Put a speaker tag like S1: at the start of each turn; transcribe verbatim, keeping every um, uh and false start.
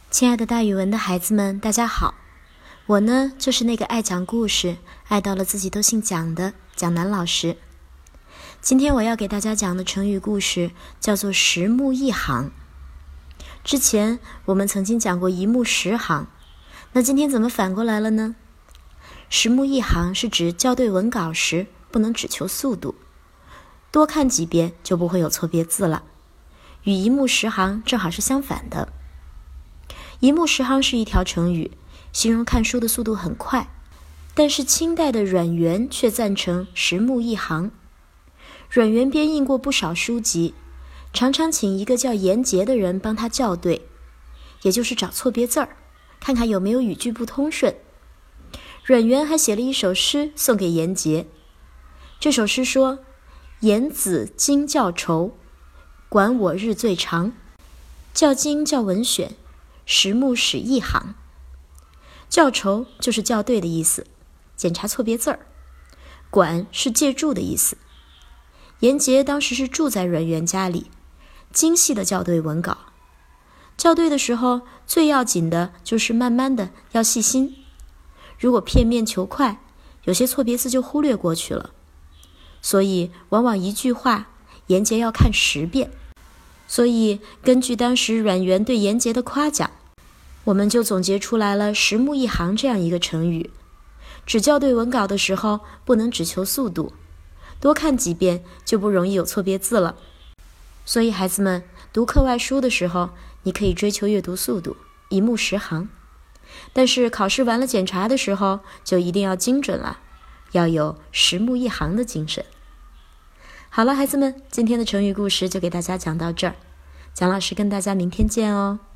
S1: 亲爱的大语文的孩子们，大家好，我呢就是那个爱讲故事爱到了自己都姓蒋的蒋楠老师。今天我要给大家讲的成语故事叫做十目一行。之前我们曾经讲过一目十行，那今天怎么反过来了呢？十目一行是指校对文稿时不能只求速度，多看几遍就不会有错别字了，与一目十行正好是相反的。一目十行是一条成语，形容看书的速度很快，但是清代的阮元却赞成十目一行。阮元编印过不少书籍，常常请一个叫严杰的人帮他校对，也就是找错别字儿，看看有没有语句不通顺。阮元还写了一首诗送给严杰，这首诗说：严子今校愁，管我日最长，校经校文选，十目始一行。校愁就是校对的意思，检查错别字儿。管是借住的意思。严杰当时是住在阮元家里，精细的校对文稿。校对的时候，最要紧的就是慢慢的要细心。如果片面求快，有些错别字就忽略过去了。所以往往一句话，严杰要看十遍。所以根据当时阮元对严杰的夸奖，我们就总结出来了十目一行这样一个成语。只校对文稿的时候，不能只求速度，多看几遍就不容易有错别字了。所以孩子们读课外书的时候，你可以追求阅读速度，一目十行。但是考试完了检查的时候，就一定要精准了，要有十目一行的精神。好了孩子们，今天的成语故事就给大家讲到这儿，蒋老师跟大家明天见哦。